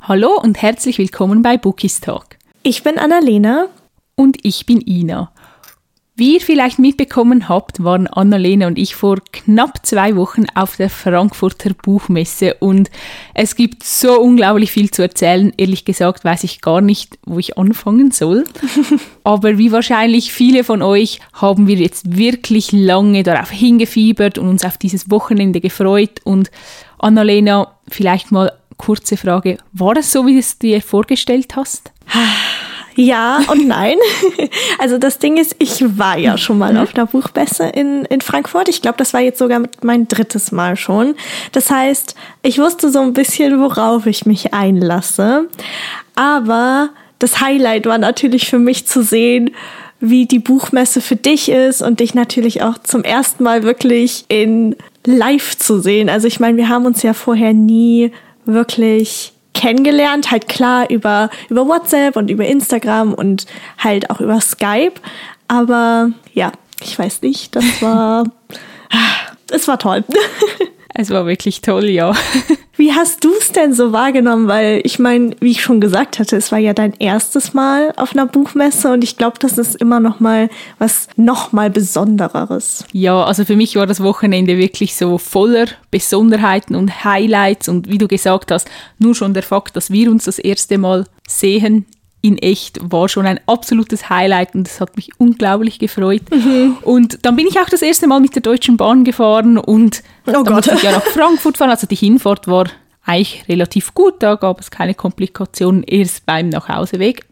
Hallo und herzlich willkommen bei Bookies Talk. Ich bin Annalena. Und ich bin Ina. Wie ihr vielleicht mitbekommen habt, waren Annalena und ich vor knapp 2 Wochen auf der Frankfurter Buchmesse und es gibt so unglaublich viel zu erzählen. Ehrlich gesagt weiß ich gar nicht, wo ich anfangen soll. Aber wie wahrscheinlich viele von euch haben wir jetzt wirklich lange darauf hingefiebert und uns auf dieses Wochenende gefreut. Und Annalena, vielleicht mal kurze Frage, war das so, wie du es dir vorgestellt hast? Ja und nein. Also das Ding ist, ich war ja schon mal auf einer Buchmesse in Frankfurt. Ich glaube, das war jetzt sogar mein 3. Mal schon. Das heißt, ich wusste so ein bisschen, worauf ich mich einlasse. Aber das Highlight war natürlich für mich zu sehen, wie die Buchmesse für dich ist und dich natürlich auch zum ersten Mal wirklich in live zu sehen. Also ich meine, wir haben uns ja vorher nie wirklich kennengelernt, halt klar über WhatsApp und über Instagram und halt auch über Skype. Aber ja, ich weiß nicht, es war toll. Es war wirklich toll, ja. Wie hast du es denn so wahrgenommen? Weil ich meine, wie ich schon gesagt hatte, es war ja dein erstes Mal auf einer Buchmesse und ich glaube, das ist immer noch mal was noch mal Besondereres. Ja, also für mich war das Wochenende wirklich so voller Besonderheiten und Highlights und wie du gesagt hast, nur schon der Fakt, dass wir uns das erste Mal sehen in echt, war schon ein absolutes Highlight und das hat mich unglaublich gefreut. Und dann bin ich auch das erste Mal mit der Deutschen Bahn gefahren und dann musste ich ja nach Frankfurt fahren. Also die Hinfahrt war eigentlich relativ gut, da gab es keine Komplikationen, erst beim Nachhauseweg.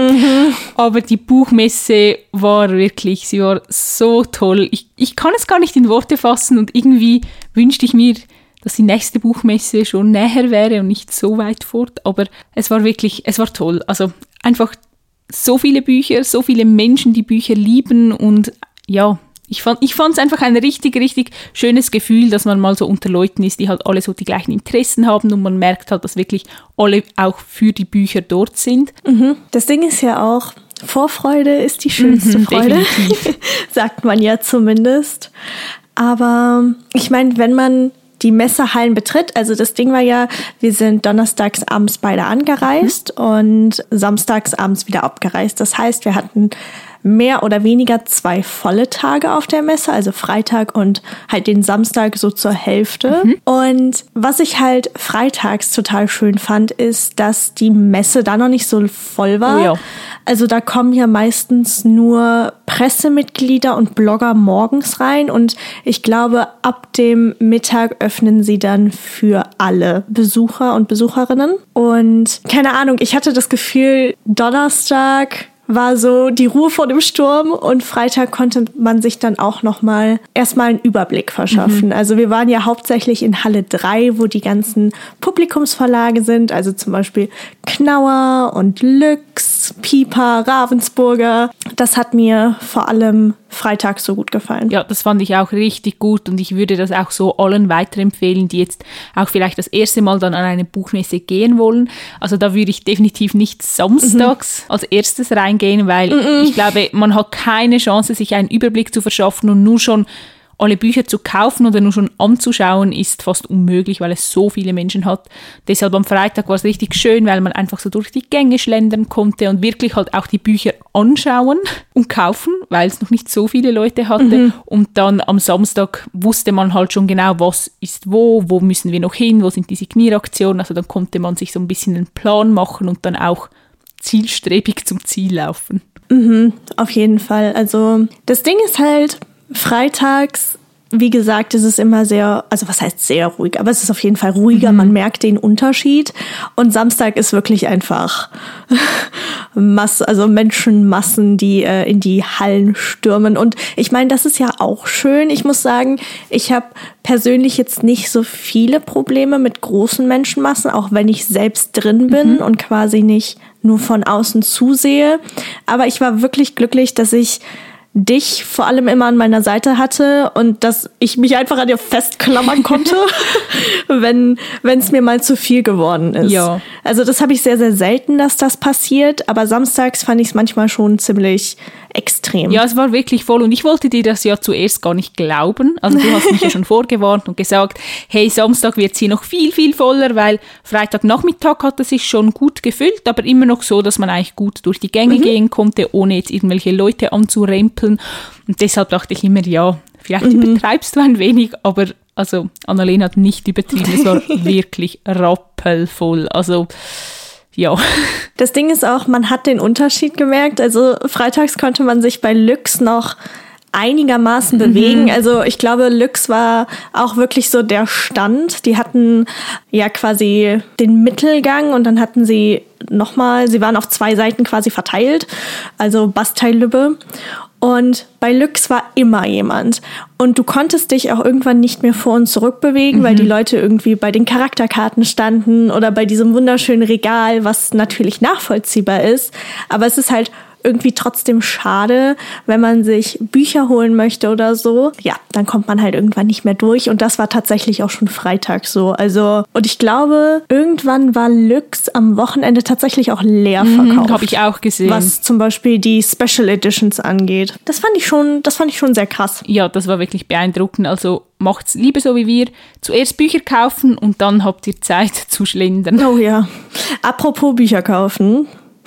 Aber die Buchmesse war wirklich, sie war so toll. Ich kann es gar nicht in Worte fassen und irgendwie wünschte ich mir, dass die nächste Buchmesse schon näher wäre und nicht so weit fort. Aber es war toll. Also einfach so viele Bücher, so viele Menschen, die Bücher lieben und ja, ich fand es einfach ein richtig, richtig schönes Gefühl, dass man mal so unter Leuten ist, die halt alle so die gleichen Interessen haben und man merkt halt, dass wirklich alle auch für die Bücher dort sind. Das Ding ist ja auch, Vorfreude ist die schönste Freude, sagt man ja zumindest. Aber ich meine, wenn man die Messehallen betritt. Also das Ding war ja, wir sind donnerstags abends beide angereist und samstags abends wieder abgereist. Das heißt, wir hatten mehr oder weniger 2 volle Tage auf der Messe, also Freitag und halt den Samstag so zur Hälfte. Und was ich halt freitags total schön fand, ist, dass die Messe da noch nicht so voll war. Oh ja. Also da kommen ja meistens nur Pressemitglieder und Blogger morgens rein und ich glaube, ab dem Mittag öffnen sie dann für alle Besucher und Besucherinnen. Und keine Ahnung, ich hatte das Gefühl, Donnerstag war so die Ruhe vor dem Sturm und Freitag konnte man sich dann auch nochmal erstmal einen Überblick verschaffen. Also wir waren ja hauptsächlich in Halle 3, wo die ganzen Publikumsverlage sind, also zum Beispiel Knauer und Lüx, Piper, Ravensburger. Das hat mir vor allem Freitag so gut gefallen. Ja, das fand ich auch richtig gut und ich würde das auch so allen weiterempfehlen, die jetzt auch vielleicht das erste Mal dann an eine Buchmesse gehen wollen. Also da würde ich definitiv nicht samstags als erstes reingehen, weil ich glaube, man hat keine Chance, sich einen Überblick zu verschaffen und nur schon alle Bücher zu kaufen oder nur schon anzuschauen, ist fast unmöglich, weil es so viele Menschen hat. Deshalb am Freitag war es richtig schön, weil man einfach so durch die Gänge schlendern konnte und wirklich halt auch die Bücher anschauen und kaufen, weil es noch nicht so viele Leute hatte. Und dann am Samstag wusste man halt schon genau, was ist wo müssen wir noch hin, wo sind die Signieraktionen. Also dann konnte man sich so ein bisschen einen Plan machen und dann auch zielstrebig zum Ziel laufen. Auf jeden Fall. Also das Ding ist halt, freitags, wie gesagt, ist es immer sehr, also was heißt sehr ruhig, aber es ist auf jeden Fall ruhiger, man merkt den Unterschied. Und Samstag ist wirklich einfach Menschenmassen, die in die Hallen stürmen. Und ich meine, das ist ja auch schön. Ich muss sagen, ich habe persönlich jetzt nicht so viele Probleme mit großen Menschenmassen, auch wenn ich selbst drin bin und quasi nicht nur von außen zusehe. Aber ich war wirklich glücklich, dass ich dich vor allem immer an meiner Seite hatte und dass ich mich einfach an dir festklammern konnte, wenn es mir mal zu viel geworden ist. Ja. Also das habe ich sehr, sehr selten, dass das passiert, aber samstags fand ich es manchmal schon ziemlich extrem. Ja, es war wirklich voll und ich wollte dir das ja zuerst gar nicht glauben. Also du hast mich ja schon vorgewarnt und gesagt, hey, Samstag wird es hier noch viel, viel voller, weil Freitagnachmittag hat es sich schon gut gefüllt, aber immer noch so, dass man eigentlich gut durch die Gänge gehen konnte, ohne jetzt irgendwelche Leute anzurempeln. Und deshalb dachte ich immer, ja, vielleicht übertreibst du ein wenig, aber also Annalena hat nicht übertrieben, es war wirklich rappelvoll. Also ja. Das Ding ist auch, man hat den Unterschied gemerkt. Also freitags konnte man sich bei Lux noch einigermaßen bewegen. Also ich glaube, Lux war auch wirklich so der Stand. Die hatten ja quasi den Mittelgang und dann hatten sie sie waren auf 2 Seiten quasi verteilt, also Bastei-Lübbe. Und bei Lux war immer jemand. Und du konntest dich auch irgendwann nicht mehr vor und zurück bewegen, weil die Leute irgendwie bei den Charakterkarten standen oder bei diesem wunderschönen Regal, was natürlich nachvollziehbar ist. Aber es ist halt irgendwie trotzdem schade, wenn man sich Bücher holen möchte oder so. Ja, dann kommt man halt irgendwann nicht mehr durch. Und das war tatsächlich auch schon Freitag so. Also, und ich glaube, irgendwann war Lux am Wochenende tatsächlich auch leer verkauft. Habe ich auch gesehen. Was zum Beispiel die Special Editions angeht. Das fand ich schon sehr krass. Ja, das war wirklich beeindruckend. Also macht's lieber so wie wir. Zuerst Bücher kaufen und dann habt ihr Zeit zu schlendern. Oh ja. Apropos Bücher kaufen.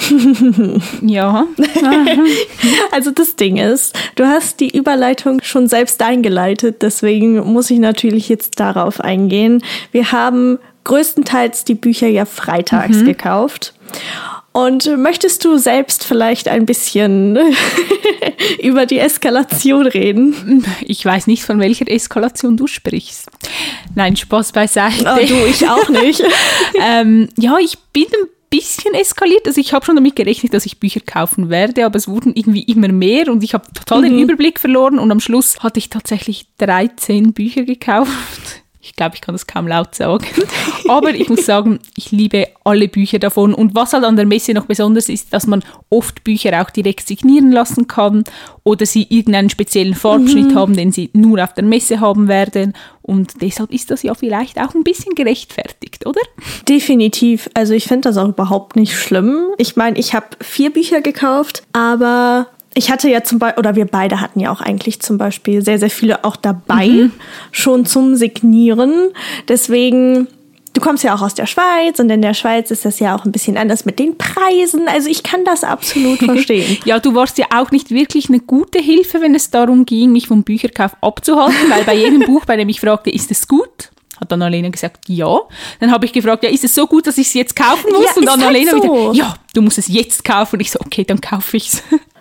Ja. Also das Ding ist, du hast die Überleitung schon selbst eingeleitet, deswegen muss ich natürlich jetzt darauf eingehen. Wir haben größtenteils die Bücher ja freitags gekauft. Und möchtest du selbst vielleicht ein bisschen über die Eskalation reden? Ich weiß nicht, von welcher Eskalation du sprichst. Nein, Spaß beiseite. Oh, du, ich auch nicht. Ja, ich bin ein bisschen eskaliert. Also ich habe schon damit gerechnet, dass ich Bücher kaufen werde, aber es wurden irgendwie immer mehr und ich habe total den Überblick verloren und am Schluss hatte ich tatsächlich 13 Bücher gekauft. Ich glaube, ich kann das kaum laut sagen. Aber ich muss sagen, ich liebe alle Bücher davon. Und was halt an der Messe noch besonders ist, dass man oft Bücher auch direkt signieren lassen kann oder sie irgendeinen speziellen Farbschnitt haben, den sie nur auf der Messe haben werden. Und deshalb ist das ja vielleicht auch ein bisschen gerechtfertigt, oder? Definitiv. Also ich finde das auch überhaupt nicht schlimm. Ich meine, ich habe 4 Bücher gekauft, aber ich hatte ja zum Beispiel, oder wir beide hatten ja auch eigentlich zum Beispiel sehr, sehr viele auch dabei, schon zum Signieren. Deswegen, du kommst ja auch aus der Schweiz und in der Schweiz ist das ja auch ein bisschen anders mit den Preisen. Also ich kann das absolut verstehen. Ja, du warst ja auch nicht wirklich eine gute Hilfe, wenn es darum ging, mich vom Bücherkauf abzuhalten, weil bei jedem Buch, bei dem ich fragte, ist es gut? Hat Annalena gesagt, ja. Dann habe ich gefragt, ja, ist es so gut, dass ich es jetzt kaufen muss? Ja, und Annalena halt so. wieder, ja, du musst es jetzt kaufen. Und ich so, okay, dann kaufe ich es.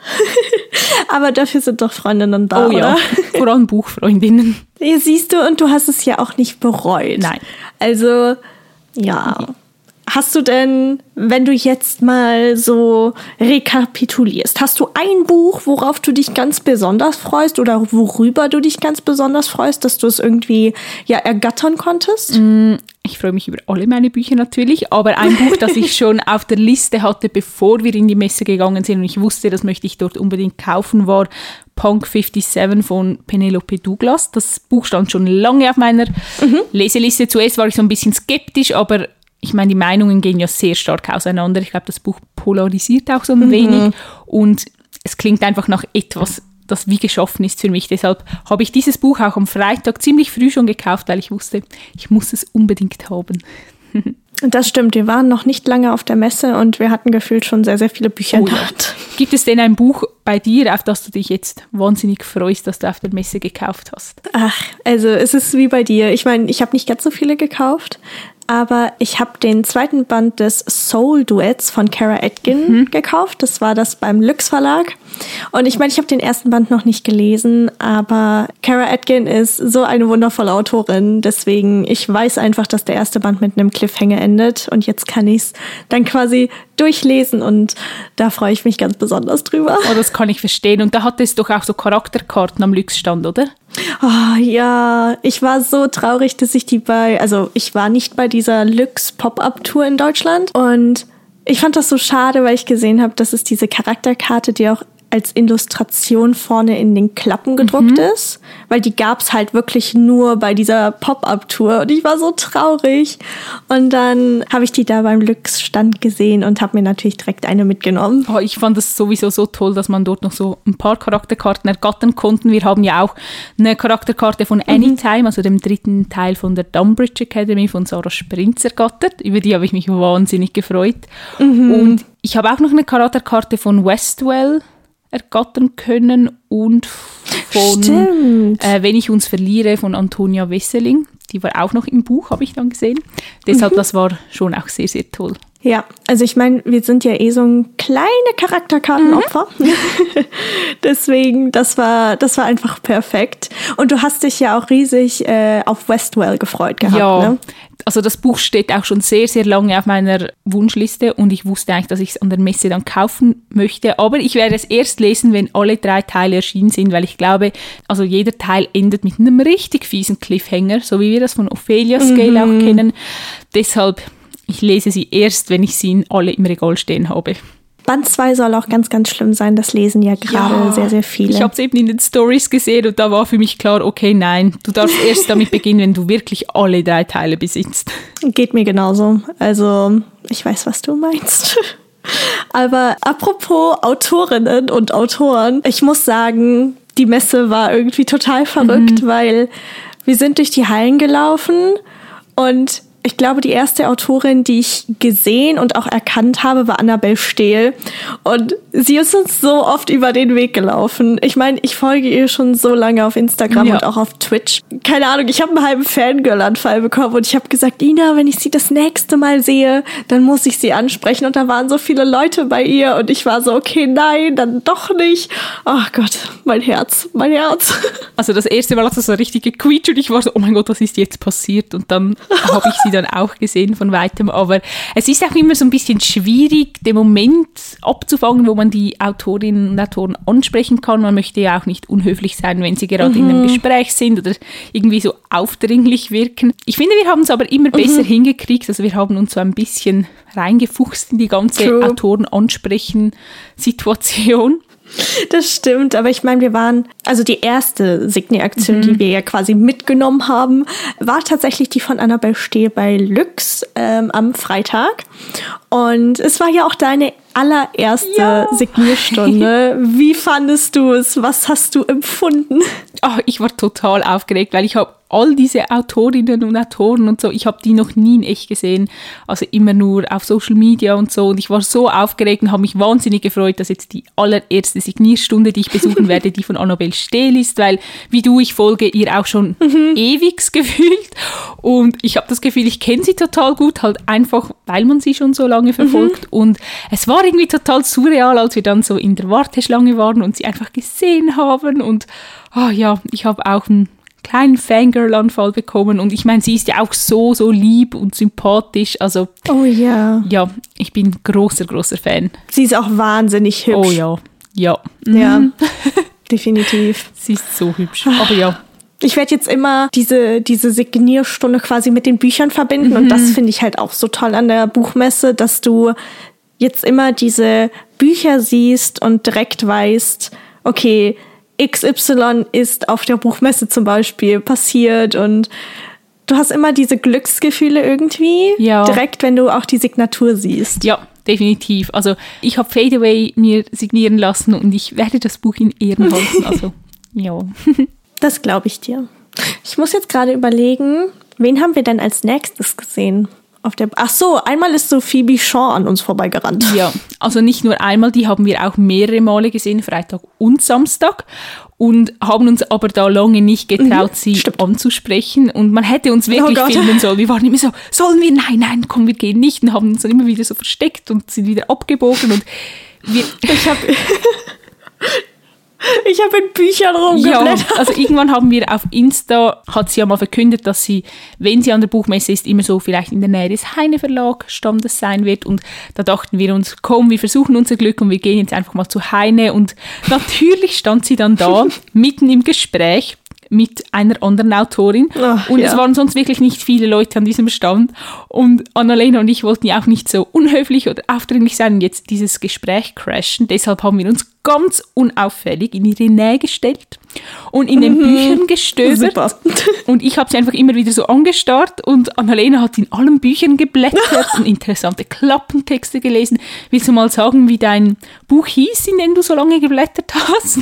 Aber dafür sind doch Freundinnen da, oh ja, oder? vor allem Buchfreundinnen. Ja, siehst du, und du hast es ja auch nicht bereut. Nein. Also, ja. Hast du denn, wenn du jetzt mal so rekapitulierst, hast du ein Buch, worauf du dich ganz besonders freust oder worüber du dich ganz besonders freust, dass du es irgendwie ja ergattern konntest? Ich freue mich über alle meine Bücher natürlich, aber ein Buch, das ich schon auf der Liste hatte, bevor wir in die Messe gegangen sind und ich wusste, das möchte ich dort unbedingt kaufen, war Punk 57 von Penelope Douglas. Das Buch stand schon lange auf meiner Leseliste. Zuerst war ich so ein bisschen skeptisch, aber ich meine, die Meinungen gehen ja sehr stark auseinander. Ich glaube, das Buch polarisiert auch so ein wenig und es klingt einfach nach etwas, das wie geschaffen ist für mich. Deshalb habe ich dieses Buch auch am Freitag ziemlich früh schon gekauft, weil ich wusste, ich muss es unbedingt haben. Das stimmt, wir waren noch nicht lange auf der Messe und wir hatten gefühlt schon sehr, sehr viele Bücher in der Hand. Gibt es denn ein Buch bei dir, auf das du dich jetzt wahnsinnig freust, dass du auf der Messe gekauft hast? Ach, also es ist wie bei dir. Ich meine, ich habe nicht ganz so viele gekauft, aber ich habe den 2. Band des Soul-Duets von Kara Atkin gekauft. Das war das beim Lux Verlag. Und ich meine, ich habe den 1. Band noch nicht gelesen, aber Kara Atkin ist so eine wundervolle Autorin. Deswegen, ich weiß einfach, dass der 1. Band mit einem Cliffhanger endet. Und jetzt kann ich es dann quasi durchlesen und da freue ich mich ganz besonders drüber. Oh, das kann ich verstehen. Und da hatte es doch auch so Charakterkarten am Lux-Stand, oder? Oh ja, ich war so traurig, dass ich ich war nicht bei dieser Lux Pop-Up-Tour in Deutschland und ich fand das so schade, weil ich gesehen habe, dass es diese Charakterkarte, die auch als Illustration vorne in den Klappen gedruckt ist, weil die gab's halt wirklich nur bei dieser Pop-Up-Tour und ich war so traurig. Und dann habe ich die da beim Lux-Stand gesehen und habe mir natürlich direkt eine mitgenommen. Oh, ich fand das sowieso so toll, dass man dort noch so ein paar Charakterkarten ergattern konnten. Wir haben ja auch eine Charakterkarte von Anytime, also dem 3. Teil von der Dumbridge Academy von Sarah Sprintz ergattert. Über die habe ich mich wahnsinnig gefreut. Und ich habe auch noch eine Charakterkarte von Westwell ergattern können und von Wenn ich uns verliere von Antonia Wesseling. Die war auch noch im Buch, habe ich dann gesehen. Deshalb, das war schon auch sehr, sehr toll. Ja, also ich meine, wir sind ja so ein kleine Charakterkartenopfer. Deswegen, das war einfach perfekt. Und du hast dich ja auch riesig auf Westwell gefreut gehabt, ja, ne? Also das Buch steht auch schon sehr, sehr lange auf meiner Wunschliste und ich wusste eigentlich, dass ich es an der Messe dann kaufen möchte. Aber ich werde es erst lesen, wenn alle 3 Teile erschienen sind, weil ich glaube, also jeder Teil endet mit einem richtig fiesen Cliffhanger, so wie wir das von Ophelia's Gale auch kennen. Deshalb, ich lese sie erst, wenn ich sie alle im Regal stehen habe. Band 2 soll auch ganz, ganz schlimm sein. Das lesen ja gerade sehr, sehr viele. Ich habe es eben in den Stories gesehen und da war für mich klar, okay, nein, du darfst erst damit beginnen, wenn du wirklich alle 3 Teile besitzt. Geht mir genauso. Also, ich weiß, was du meinst. Aber apropos Autorinnen und Autoren, ich muss sagen, die Messe war irgendwie total verrückt, weil wir sind durch die Hallen gelaufen und ich glaube, die erste Autorin, die ich gesehen und auch erkannt habe, war Annabel Stehl. Und sie ist uns so oft über den Weg gelaufen. Ich meine, ich folge ihr schon so lange auf Instagram und auch auf Twitch. Keine Ahnung, ich habe einen halben Fangirl-Anfall bekommen und ich habe gesagt, Ina, wenn ich sie das nächste Mal sehe, dann muss ich sie ansprechen. Und da waren so viele Leute bei ihr und ich war so, okay, nein, dann doch nicht. Ach Gott, mein Herz. Also das erste Mal hat es so richtig gequietscht und ich war so, oh mein Gott, was ist jetzt passiert? Und dann habe ich sie dann auch gesehen von weitem, aber es ist auch immer so ein bisschen schwierig, den Moment abzufangen, wo man die Autorinnen und Autoren ansprechen kann. Man möchte ja auch nicht unhöflich sein, wenn sie gerade in einem Gespräch sind oder irgendwie so aufdringlich wirken. Ich finde, wir haben es aber immer besser hingekriegt, also wir haben uns so ein bisschen reingefuchst in die ganze Autoren-Ansprechen-Situation. Das stimmt, aber ich meine, wir waren, also die erste Signi-Aktion, die wir ja quasi mitgenommen haben, war tatsächlich die von Annabel Stehl bei Lux am Freitag. Und es war ja auch deine allererste Signierstunde. Wie fandest du es? Was hast du empfunden? Oh, ich war total aufgeregt, weil ich habe all diese Autorinnen und Autoren und so, ich habe die noch nie in echt gesehen, also immer nur auf Social Media und so und ich war so aufgeregt und habe mich wahnsinnig gefreut, dass jetzt die allererste Signierstunde, die ich besuchen werde, die von Annabel Stehl ist, weil wie du, ich folge ihr auch schon ewig gefühlt und ich habe das Gefühl, ich kenne sie total gut, halt einfach, weil man sie schon so lange verfolgt und es war irgendwie total surreal, als wir dann so in der Warteschlange waren und sie einfach gesehen haben und ich habe auch einen kleinen Fangirl-Anfall bekommen und ich meine, sie ist ja auch so lieb und sympathisch, also ja, ich bin großer Fan. Sie ist auch wahnsinnig hübsch. Oh ja. Ja, definitiv. Sie ist so hübsch, aber ja. Ich werde jetzt immer diese Signierstunde quasi mit den Büchern verbinden und das finde ich halt auch so toll an der Buchmesse, dass du jetzt immer diese Bücher siehst und direkt weißt, okay, XY ist auf der Buchmesse zum Beispiel passiert und du hast immer diese Glücksgefühle irgendwie, direkt, wenn du auch die Signatur siehst. Ja, definitiv. Also ich habe Fade Away mir signieren lassen und ich werde das Buch in Ehren halten. Also, ja. Das glaube ich dir. Ich muss jetzt gerade überlegen, wen haben wir denn als nächstes gesehen? Ach so, einmal ist so Phoebe Shaw an uns vorbeigerannt. Ja, also nicht nur einmal, die haben wir auch mehrere Male gesehen, Freitag und Samstag. Und haben uns aber da lange nicht getraut, sie anzusprechen. Und man hätte uns wirklich filmen sollen. Wir waren immer so, sollen wir? Nein, komm, wir gehen nicht. Und haben uns dann immer wieder so versteckt und sind wieder abgebogen. Und ich habe in Büchern rumgeblättert. Ja, also irgendwann haben wir auf Insta, hat sie ja mal verkündet, dass sie, wenn sie an der Buchmesse ist, immer so vielleicht in der Nähe des Heine Verlag Standes sein wird. Und da dachten wir uns, komm, wir versuchen unser Glück und wir gehen jetzt einfach mal zu Heine. Und natürlich stand sie dann da, mitten im Gespräch, mit einer anderen Autorin. Und es waren sonst wirklich nicht viele Leute an diesem Stand. Und Annalena und ich wollten ja auch nicht so unhöflich oder aufdringlich sein und jetzt dieses Gespräch crashen. Deshalb haben wir uns ganz unauffällig in ihre Nähe gestellt und in den Büchern gestöbert. Super. Und ich habe sie einfach immer wieder so angestarrt und Annalena hat in allen Büchern geblättert und interessante Klappentexte gelesen. Willst du mal sagen, wie dein Buch hieß, in dem du so lange geblättert hast?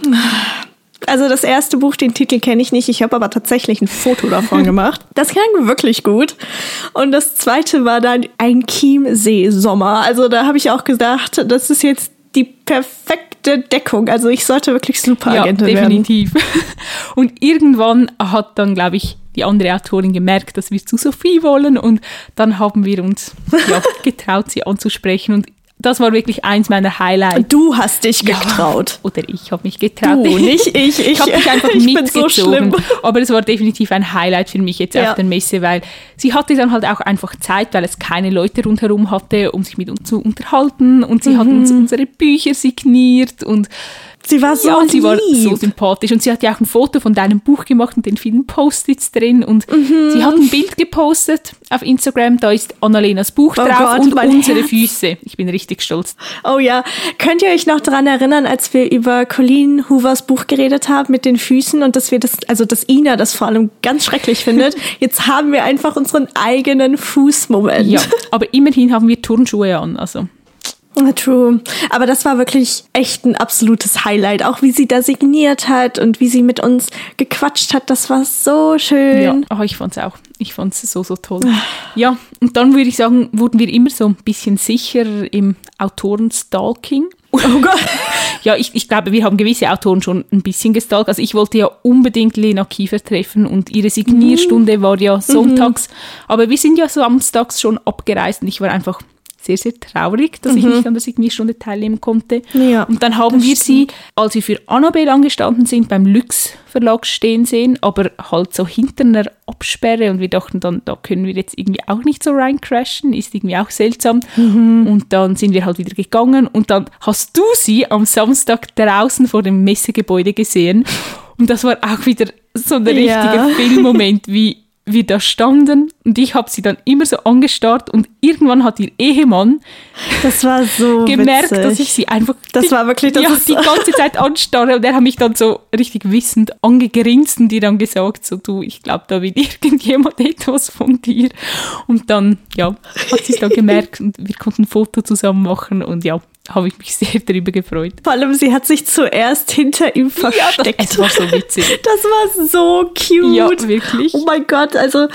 Also das erste Buch, den Titel kenne ich nicht, ich habe aber tatsächlich ein Foto davon gemacht. Das klang wirklich gut. Und das zweite war dann ein Chiemsee-Sommer. Also da habe ich auch gedacht, das ist jetzt die perfekte Deckung. Also ich sollte wirklich Superagentin werden. Ja, definitiv. Und irgendwann hat dann, glaube ich, die andere Autorin gemerkt, dass wir zu Sophie wollen und dann haben wir uns getraut, sie anzusprechen und das war wirklich eins meiner Highlights. Du hast dich getraut. Oder ich habe mich getraut. Du, nicht ich. Ich habe mich einfach mitgezogen. Bin so schlimm. Aber es war definitiv ein Highlight für mich jetzt auf der Messe, weil sie hatte dann halt auch einfach Zeit, weil es keine Leute rundherum hatte, um sich mit uns zu unterhalten. Und sie hat uns unsere Bücher signiert und sie war so lieb. Sie war so sympathisch und sie hat ja auch ein Foto von deinem Buch gemacht mit den vielen Post-its drin und sie hat ein Bild gepostet auf Instagram, da ist Annalenas Buch drauf und unsere Füße. Ich bin richtig stolz. Oh ja, könnt ihr euch noch daran erinnern, als wir über Colleen Hoovers Buch geredet haben mit den Füßen und dass wir dass Ina das vor allem ganz schrecklich findet. Jetzt haben wir einfach unseren eigenen Fußmoment. Ja, aber immerhin haben wir Turnschuhe an, also... True. Aber das war wirklich echt ein absolutes Highlight. Auch wie sie da signiert hat und wie sie mit uns gequatscht hat. Das war so schön. Ja, ich fand's auch. Ich fand's so toll. Ja, und dann würde ich sagen, wurden wir immer so ein bisschen sicherer im Autorenstalking. Oh Gott. Ja, ich glaube, wir haben gewisse Autoren schon ein bisschen gestalkt. Also ich wollte ja unbedingt Lena Kiefer treffen und ihre Signierstunde war ja sonntags. Aber wir sind ja samstags schon abgereist und ich war einfach sehr, sehr traurig, dass ich nicht an der Signierstunde teilnehmen konnte. Ja, und dann haben wir sie, als wir für Annabelle angestanden sind, beim Lüx Verlag stehen sehen, aber halt so hinter einer Absperre und wir dachten dann, da können wir jetzt irgendwie auch nicht so reincrashen, ist irgendwie auch seltsam. Und dann sind wir halt wieder gegangen und dann hast du sie am Samstag draußen vor dem Messegebäude gesehen und das war auch wieder so ein richtiger Filmmoment, wie wir da standen und ich habe sie dann immer so angestarrt und irgendwann hat ihr Ehemann gemerkt, witzig. dass ich sie einfach die ganze Zeit anstarre und er hat mich dann so richtig wissend angegrinst und ihr dann gesagt, so du, ich glaube, da will irgendjemand etwas von dir. Und dann, hat sie es dann gemerkt und wir konnten ein Foto zusammen machen und habe ich mich sehr darüber gefreut. Vor allem, sie hat sich zuerst hinter ihm versteckt. Ja, das war so witzig. Das war so cute. Ja, wirklich. Oh mein Gott, also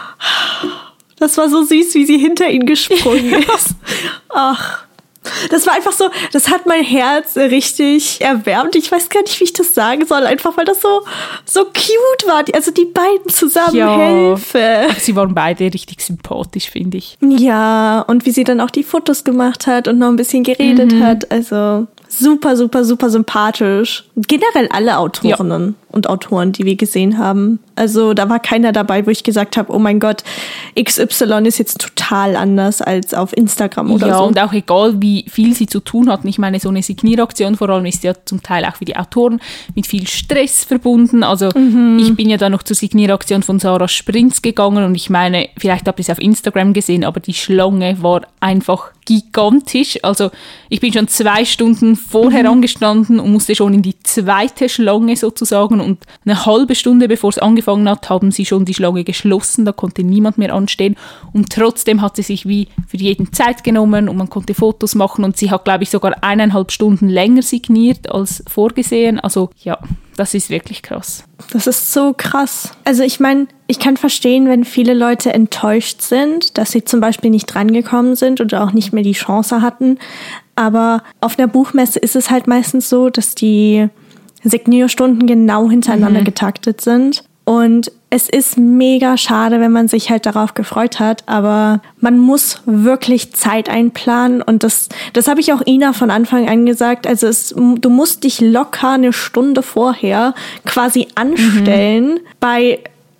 das war so süß, wie sie hinter ihn gesprungen ist. Ach, das war einfach so, das hat mein Herz richtig erwärmt. Ich weiß gar nicht, wie ich das sagen soll, einfach weil das so cute war. Also die beiden zusammen, Hilfe. Ach, sie waren beide richtig sympathisch, finde ich. Ja, und wie sie dann auch die Fotos gemacht hat und noch ein bisschen geredet hat. Also super, super, super sympathisch. Generell alle Autorinnen und Autoren, die wir gesehen haben. Also da war keiner dabei, wo ich gesagt habe, oh mein Gott, XY ist jetzt total anders als auf Instagram oder so. Ja, und auch egal, wie viel sie zu tun hatten. Ich meine, so eine Signieraktion vor allem ist ja zum Teil auch für die Autoren mit viel Stress verbunden. Also ich bin ja dann noch zur Signieraktion von Sarah Sprinz gegangen und ich meine, vielleicht habt ihr es auf Instagram gesehen, aber die Schlange war einfach gigantisch. Also ich bin schon 2 Stunden vorher angestanden und musste schon in die zweite Schlange sozusagen und eine halbe Stunde, bevor es angefangen hat, haben sie schon die Schlange geschlossen, da konnte niemand mehr anstehen und trotzdem hat sie sich wie für jeden Zeit genommen und man konnte Fotos machen und sie hat, glaube ich, sogar 1,5 Stunden länger signiert als vorgesehen. Also ja, das ist wirklich krass. Das ist so krass. Also ich meine, ich kann verstehen, wenn viele Leute enttäuscht sind, dass sie zum Beispiel nicht drangekommen sind oder auch nicht mehr die Chance hatten. Aber auf einer Buchmesse ist es halt meistens so, dass die Signierstunden genau hintereinander getaktet sind. Und es ist mega schade, wenn man sich halt darauf gefreut hat, aber man muss wirklich Zeit einplanen und das habe ich auch Ina von Anfang an gesagt. Also du musst dich locker 1 Stunde vorher quasi anstellen bei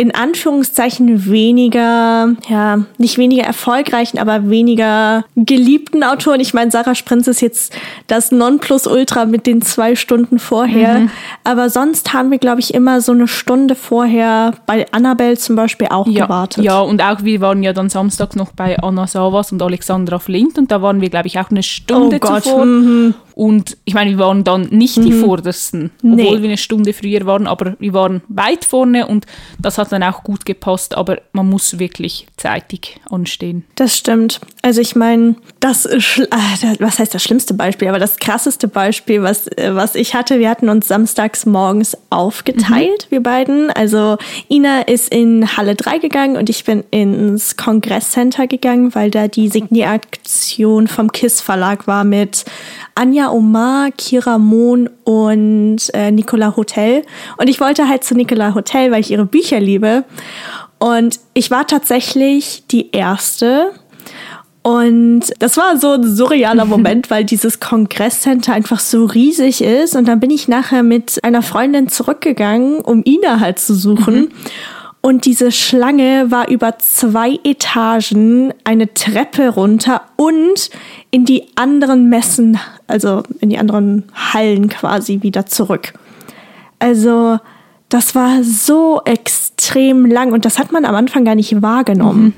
in Anführungszeichen weniger, ja, nicht weniger erfolgreichen, aber weniger geliebten Autoren. Ich meine, Sarah Sprintz ist jetzt das Nonplusultra mit den 2 Stunden vorher. Aber sonst haben wir, glaube ich, immer so eine Stunde vorher bei Annabelle zum Beispiel auch gewartet. Ja, und auch wir waren ja dann samstags noch bei Anna Savas und Alexandra Flint und da waren wir, glaube ich, auch eine Stunde zuvor. Und ich meine, wir waren dann nicht die Vordersten, obwohl wir eine Stunde früher waren, aber wir waren weit vorne und das hat dann auch gut gepasst, aber man muss wirklich zeitig anstehen. Das stimmt. Also ich meine, das ist, was heißt das schlimmste Beispiel, aber das krasseste Beispiel, was ich hatte, wir hatten uns samstags morgens aufgeteilt, wir beiden. Also Ina ist in Halle 3 gegangen und ich bin ins Kongresscenter gegangen, weil da die Signieraktion vom KISS Verlag war mit Anja Omar, Kira Mohn und Nicola Hotel. Und ich wollte halt zu Nicola Hotel, weil ich ihre Bücher liebe. Und ich war tatsächlich die Erste. Und das war so ein surrealer Moment, weil dieses Kongresscenter einfach so riesig ist. Und dann bin ich nachher mit einer Freundin zurückgegangen, um Ina halt zu suchen. Und diese Schlange war über 2 Etagen, eine Treppe runter und in die anderen Messen, also in die anderen Hallen quasi wieder zurück. Also das war so extrem lang und das hat man am Anfang gar nicht wahrgenommen.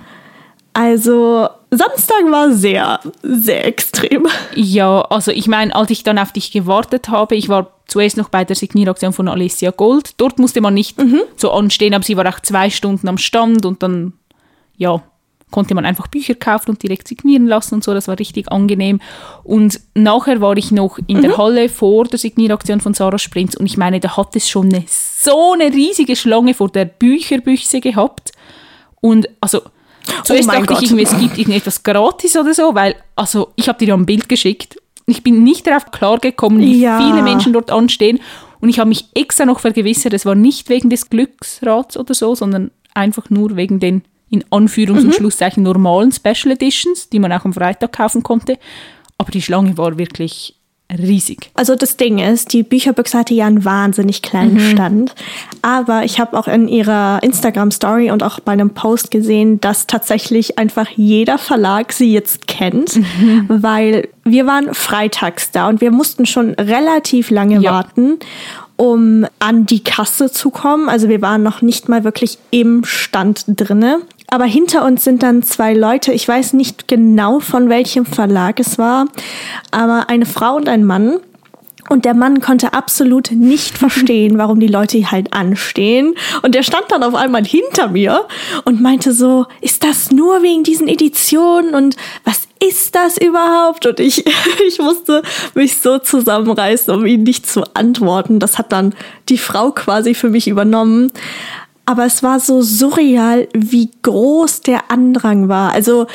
Also Samstag war sehr, sehr extrem. Ja, also ich meine, als ich dann auf dich gewartet habe, ich war zuerst noch bei der Signieraktion von Alessia Gold. Dort musste man nicht so anstehen, aber sie war auch 2 Stunden am Stand und dann, ja, konnte man einfach Bücher kaufen und direkt signieren lassen und so. Das war richtig angenehm. Und nachher war ich noch in der Halle vor der Signieraktion von Sarah Sprintz und ich meine, da hat es schon so eine riesige Schlange vor der Bücherbüchse gehabt. Und also zuerst dachte ich, es gibt irgendetwas gratis oder so, weil, also ich habe dir ja ein Bild geschickt. Ich bin nicht darauf klargekommen, wie viele Menschen dort anstehen. Und ich habe mich extra noch vergewissert, es war nicht wegen des Glücksrads oder so, sondern einfach nur wegen den, in Anführungs- und Schlusszeichen, normalen Special Editions, die man auch am Freitag kaufen konnte. Aber die Schlange war wirklich riesig. Also das Ding ist, die Bücherbüchse hatte ja einen wahnsinnig kleinen Stand. Aber ich habe auch in ihrer Instagram-Story und auch bei einem Post gesehen, dass tatsächlich einfach jeder Verlag sie jetzt kennt, weil wir waren freitags da und wir mussten schon relativ lange warten, um an die Kasse zu kommen. Also wir waren noch nicht mal wirklich im Stand drinne. Aber hinter uns sind dann 2 Leute, ich weiß nicht genau, von welchem Verlag es war, aber eine Frau und ein Mann. Und der Mann konnte absolut nicht verstehen, warum die Leute halt anstehen. Und der stand dann auf einmal hinter mir und meinte so, ist das nur wegen diesen Editionen und was ist das überhaupt? Und ich musste mich so zusammenreißen, um ihm nicht zu antworten. Das hat dann die Frau quasi für mich übernommen. Aber es war so surreal, wie groß der Andrang war. Also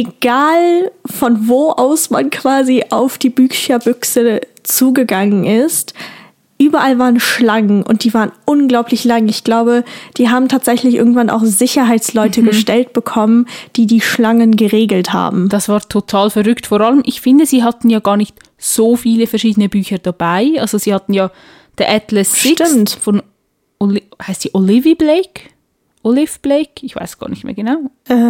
egal von wo aus man quasi auf die Bücherbüchse zugegangen ist, überall waren Schlangen und die waren unglaublich lang. Ich glaube, die haben tatsächlich irgendwann auch Sicherheitsleute gestellt bekommen, die Schlangen geregelt haben. Das war total verrückt. Vor allem, ich finde, sie hatten ja gar nicht so viele verschiedene Bücher dabei. Also sie hatten ja The Atlas Six von heißt die Olivia Blake? Olive Blake? Ich weiß gar nicht mehr genau.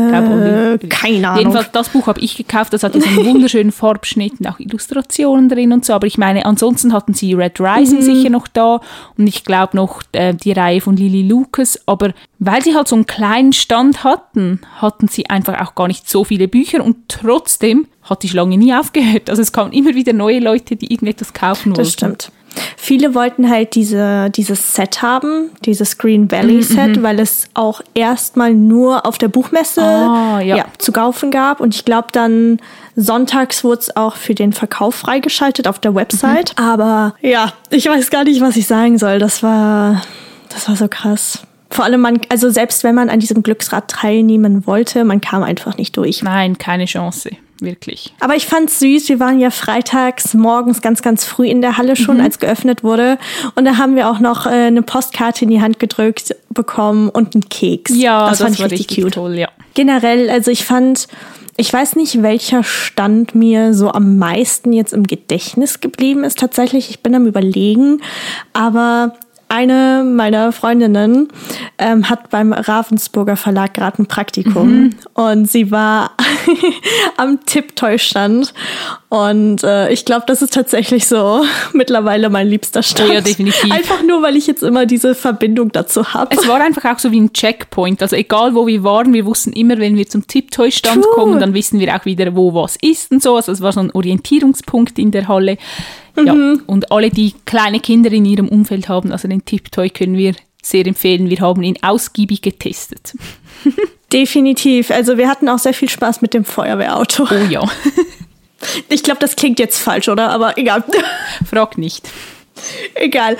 Keine Ahnung. Jedenfalls, das Buch habe ich gekauft. Das hat ja so einen wunderschönen Farbschnitt und auch Illustrationen drin und so. Aber ich meine, ansonsten hatten sie Red Rising sicher noch da und ich glaube noch die Reihe von Lily Lucas. Aber weil sie halt so einen kleinen Stand hatten sie einfach auch gar nicht so viele Bücher und trotzdem hat die Schlange nie aufgehört. Also es kamen immer wieder neue Leute, die irgendetwas kaufen wollten. Das stimmt. Viele wollten halt dieses Set haben, dieses Green Valley Set, weil es auch erstmal nur auf der Buchmesse zu kaufen gab. Und ich glaube dann sonntags wurde es auch für den Verkauf freigeschaltet auf der Website. Aber ja, ich weiß gar nicht, was ich sagen soll. Das war so krass. Vor allem, also selbst wenn man an diesem Glücksrad teilnehmen wollte, man kam einfach nicht durch. Nein, keine Chance. Wirklich. Aber ich fand's süß. Wir waren ja freitags morgens ganz, ganz früh in der Halle schon, als geöffnet wurde. Und da haben wir auch noch eine Postkarte in die Hand gedrückt bekommen und einen Keks. Ja, das fand ich richtig cute. Toll, ja. Generell, also ich weiß nicht, welcher Stand mir so am meisten jetzt im Gedächtnis geblieben ist tatsächlich. Ich bin am Überlegen. Aber eine meiner Freundinnen hat beim Ravensburger Verlag gerade ein Praktikum und sie war am Tipptoy-Stand und ich glaube, das ist tatsächlich so mittlerweile mein liebster Stand. Oh ja, definitiv. Einfach nur, weil ich jetzt immer diese Verbindung dazu habe. Es war einfach auch so wie ein Checkpoint, also egal wo wir waren, wir wussten immer, wenn wir zum Tipptoy-Stand kommen, dann wissen wir auch wieder, wo was ist und so, also es war so ein Orientierungspunkt in der Halle. Ja, und alle, die kleine Kinder in ihrem Umfeld haben, also den Tipptoy können wir sehr empfehlen. Wir haben ihn ausgiebig getestet. Definitiv. Also wir hatten auch sehr viel Spaß mit dem Feuerwehrauto. Oh ja. Ich glaube, das klingt jetzt falsch, oder? Aber egal. Frag nicht. Egal.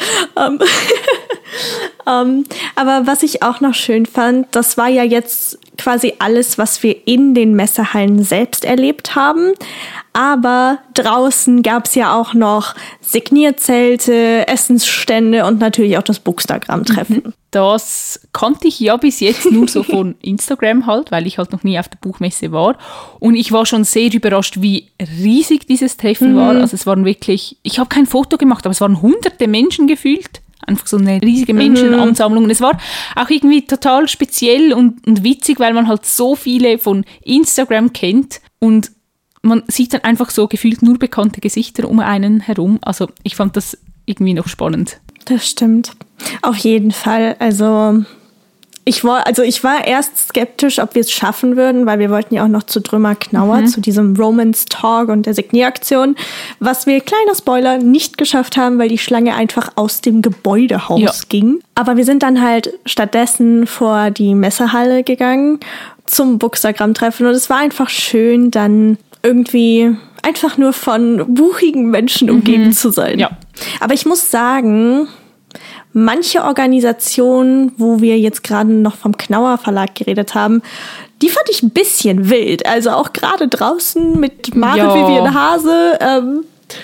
Aber was ich auch noch schön fand, das war ja jetzt quasi alles, was wir in den Messehallen selbst erlebt haben. Aber draußen gab es ja auch noch Signierzelte, Essensstände und natürlich auch das Bookstagram-Treffen. Das kannte ich ja bis jetzt nur so von Instagram halt, weil ich halt noch nie auf der Buchmesse war. Und ich war schon sehr überrascht, wie riesig dieses Treffen war. Also es waren wirklich, ich habe kein Foto gemacht, aber es waren hunderte Menschen gefühlt. Einfach so eine riesige Menschenansammlung. Und es war auch irgendwie total speziell und witzig, weil man halt so viele von Instagram kennt und man sieht dann einfach so gefühlt nur bekannte Gesichter um einen herum. Also ich fand das irgendwie noch spannend. Das stimmt. Auf jeden Fall. Also ich war erst skeptisch, ob wir es schaffen würden, weil wir wollten ja auch noch zu Drömer Knauer, zu diesem Romance Talk und der Signieraktion, was wir, kleiner Spoiler, nicht geschafft haben, weil die Schlange einfach aus dem Gebäudehaus ging. Aber wir sind dann halt stattdessen vor die Messehalle gegangen zum Bookstagram-Treffen und es war einfach schön, dann irgendwie einfach nur von buchigen Menschen umgeben zu sein. Ja. Aber ich muss sagen, manche Organisationen, wo wir jetzt gerade noch vom Knauer Verlag geredet haben, die fand ich ein bisschen wild. Also auch gerade draußen mit Marit Vivian Hase.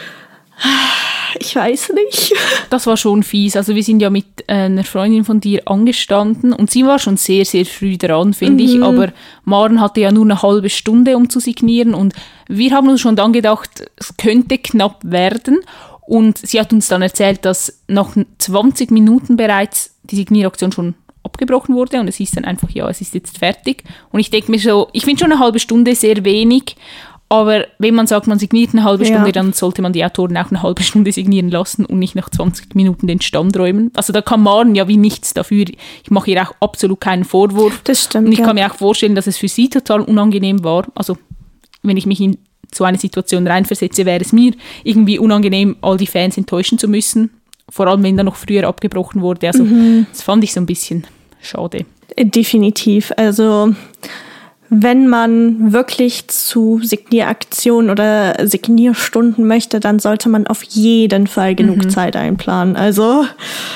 Ich weiß nicht. Das war schon fies. Also wir sind ja mit einer Freundin von dir angestanden und sie war schon sehr, sehr früh dran, finde ich. Aber Maren hatte ja nur eine halbe Stunde, um zu signieren und wir haben uns schon dann gedacht, es könnte knapp werden. Und sie hat uns dann erzählt, dass nach 20 Minuten bereits die Signieraktion schon abgebrochen wurde und es hieß dann einfach, ja, es ist jetzt fertig. Und ich denke mir so, ich finde schon eine halbe Stunde sehr wenig, aber wenn man sagt, man signiert eine halbe Stunde, dann sollte man die Autoren auch eine halbe Stunde signieren lassen und nicht nach 20 Minuten den Stand räumen. Also da kann Maren ja wie nichts dafür. Ich mache ihr auch absolut keinen Vorwurf. Das stimmt, und ich kann mir auch vorstellen, dass es für sie total unangenehm war. Also wenn ich mich in so eine Situation reinversetze, wäre es mir irgendwie unangenehm, all die Fans enttäuschen zu müssen. Vor allem, wenn da noch früher abgebrochen wurde. Also das fand ich so ein bisschen schade. Definitiv. Also wenn man wirklich zu Signieraktionen oder Signierstunden möchte, dann sollte man auf jeden Fall genug Zeit einplanen. Also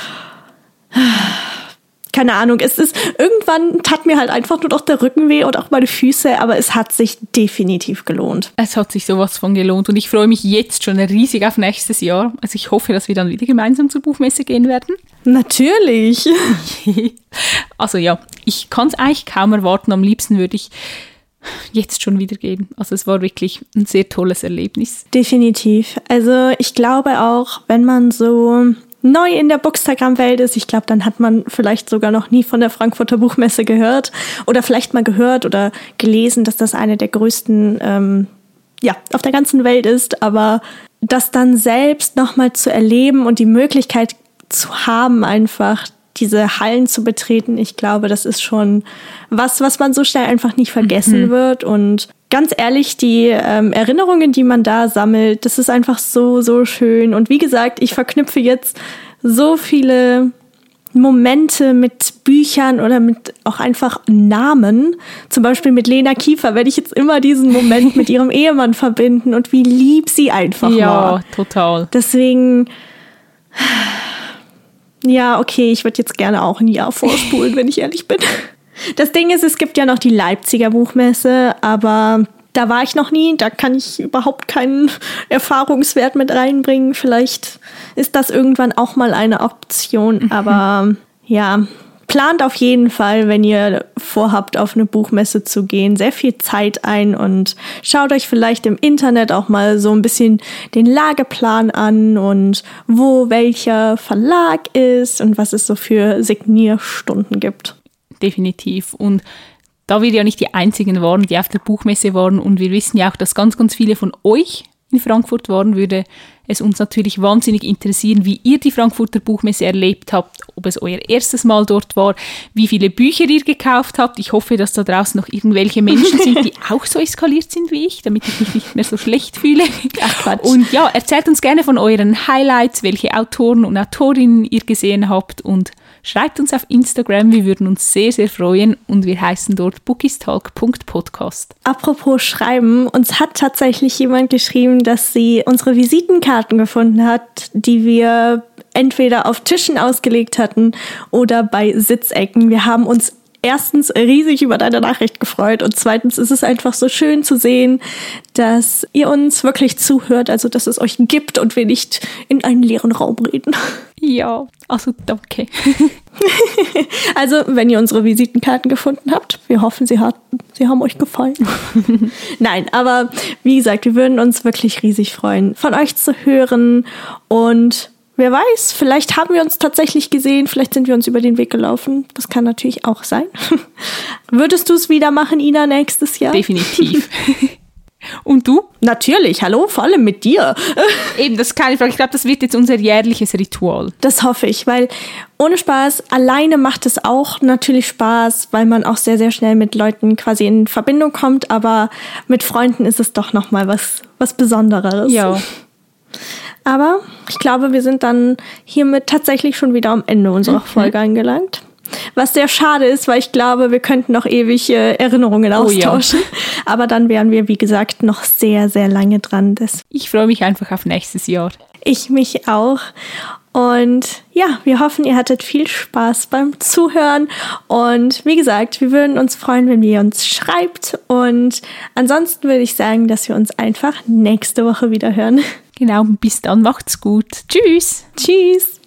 keine Ahnung, irgendwann tat mir halt einfach nur noch der Rücken weh und auch meine Füße, aber es hat sich definitiv gelohnt. Es hat sich sowas von gelohnt und ich freue mich jetzt schon riesig auf nächstes Jahr. Also ich hoffe, dass wir dann wieder gemeinsam zur Buchmesse gehen werden. Natürlich. Also ja, ich kann es eigentlich kaum erwarten. Am liebsten würde ich jetzt schon wieder gehen. Also es war wirklich ein sehr tolles Erlebnis. Definitiv. Also ich glaube auch, wenn man so neu in der Bookstagram-Welt ist, ich glaube, dann hat man vielleicht sogar noch nie von der Frankfurter Buchmesse gehört oder vielleicht mal gehört oder gelesen, dass das eine der größten auf der ganzen Welt ist, aber das dann selbst nochmal zu erleben und die Möglichkeit zu haben, einfach diese Hallen zu betreten, ich glaube, das ist schon was man so schnell einfach nicht vergessen wird. Und ganz ehrlich, die Erinnerungen, die man da sammelt, das ist einfach so, so schön. Und wie gesagt, ich verknüpfe jetzt so viele Momente mit Büchern oder mit auch einfach Namen. Zum Beispiel mit Lena Kiefer werde ich jetzt immer diesen Moment mit ihrem Ehemann verbinden und wie lieb sie einfach war. Ja, total. Deswegen, ja, okay, ich würde jetzt gerne auch ein Jahr vorspulen, wenn ich ehrlich bin. Das Ding ist, es gibt ja noch die Leipziger Buchmesse, aber da war ich noch nie, da kann ich überhaupt keinen Erfahrungswert mit reinbringen. Vielleicht ist das irgendwann auch mal eine Option, aber ja, plant auf jeden Fall, wenn ihr vorhabt, auf eine Buchmesse zu gehen, sehr viel Zeit ein und schaut euch vielleicht im Internet auch mal so ein bisschen den Lageplan an und wo welcher Verlag ist und was es so für Signierstunden gibt. Definitiv. Und da wir ja nicht die einzigen waren, die auf der Buchmesse waren und wir wissen ja auch, dass ganz, ganz viele von euch in Frankfurt waren, würde es uns natürlich wahnsinnig interessieren, wie ihr die Frankfurter Buchmesse erlebt habt, ob es euer erstes Mal dort war, wie viele Bücher ihr gekauft habt. Ich hoffe, dass da draußen noch irgendwelche Menschen sind, die auch so eskaliert sind wie ich, damit ich mich nicht mehr so schlecht fühle. Ach, Quatsch. Und ja, erzählt uns gerne von euren Highlights, welche Autoren und Autorinnen ihr gesehen habt und schreibt uns auf Instagram, wir würden uns sehr, sehr freuen und wir heißen dort bookistalk.podcast. Apropos Schreiben, uns hat tatsächlich jemand geschrieben, dass sie unsere Visitenkarten gefunden hat, die wir entweder auf Tischen ausgelegt hatten oder bei Sitzecken. Wir haben uns erstens riesig über deine Nachricht gefreut und zweitens ist es einfach so schön zu sehen, dass ihr uns wirklich zuhört, also dass es euch gibt und wir nicht in einen leeren Raum reden. Ja, also danke. Also, wenn ihr unsere Visitenkarten gefunden habt, wir hoffen, sie haben euch gefallen. Nein, aber wie gesagt, wir würden uns wirklich riesig freuen, von euch zu hören und wer weiß, vielleicht haben wir uns tatsächlich gesehen, vielleicht sind wir uns über den Weg gelaufen. Das kann natürlich auch sein. Würdest du es wieder machen, Ina, nächstes Jahr? Definitiv. Und du? Natürlich, hallo, vor allem mit dir. Eben, das ist keine Frage. Ich glaube, das wird jetzt unser jährliches Ritual. Das hoffe ich, weil ohne Spaß, alleine macht es auch natürlich Spaß, weil man auch sehr, sehr schnell mit Leuten quasi in Verbindung kommt, aber mit Freunden ist es doch nochmal was Besonderes. Ja. Aber ich glaube, wir sind dann hiermit tatsächlich schon wieder am Ende unserer Folge angelangt. Was sehr schade ist, weil ich glaube, wir könnten noch ewig Erinnerungen austauschen. Ja. Aber dann wären wir, wie gesagt, noch sehr, sehr lange dran. Ich freue mich einfach auf nächstes Jahr. Ich mich auch. Und ja, wir hoffen, ihr hattet viel Spaß beim Zuhören. Und wie gesagt, wir würden uns freuen, wenn ihr uns schreibt. Und ansonsten würde ich sagen, dass wir uns einfach nächste Woche wieder hören. Genau, bis dann, macht's gut. Tschüss. Tschüss.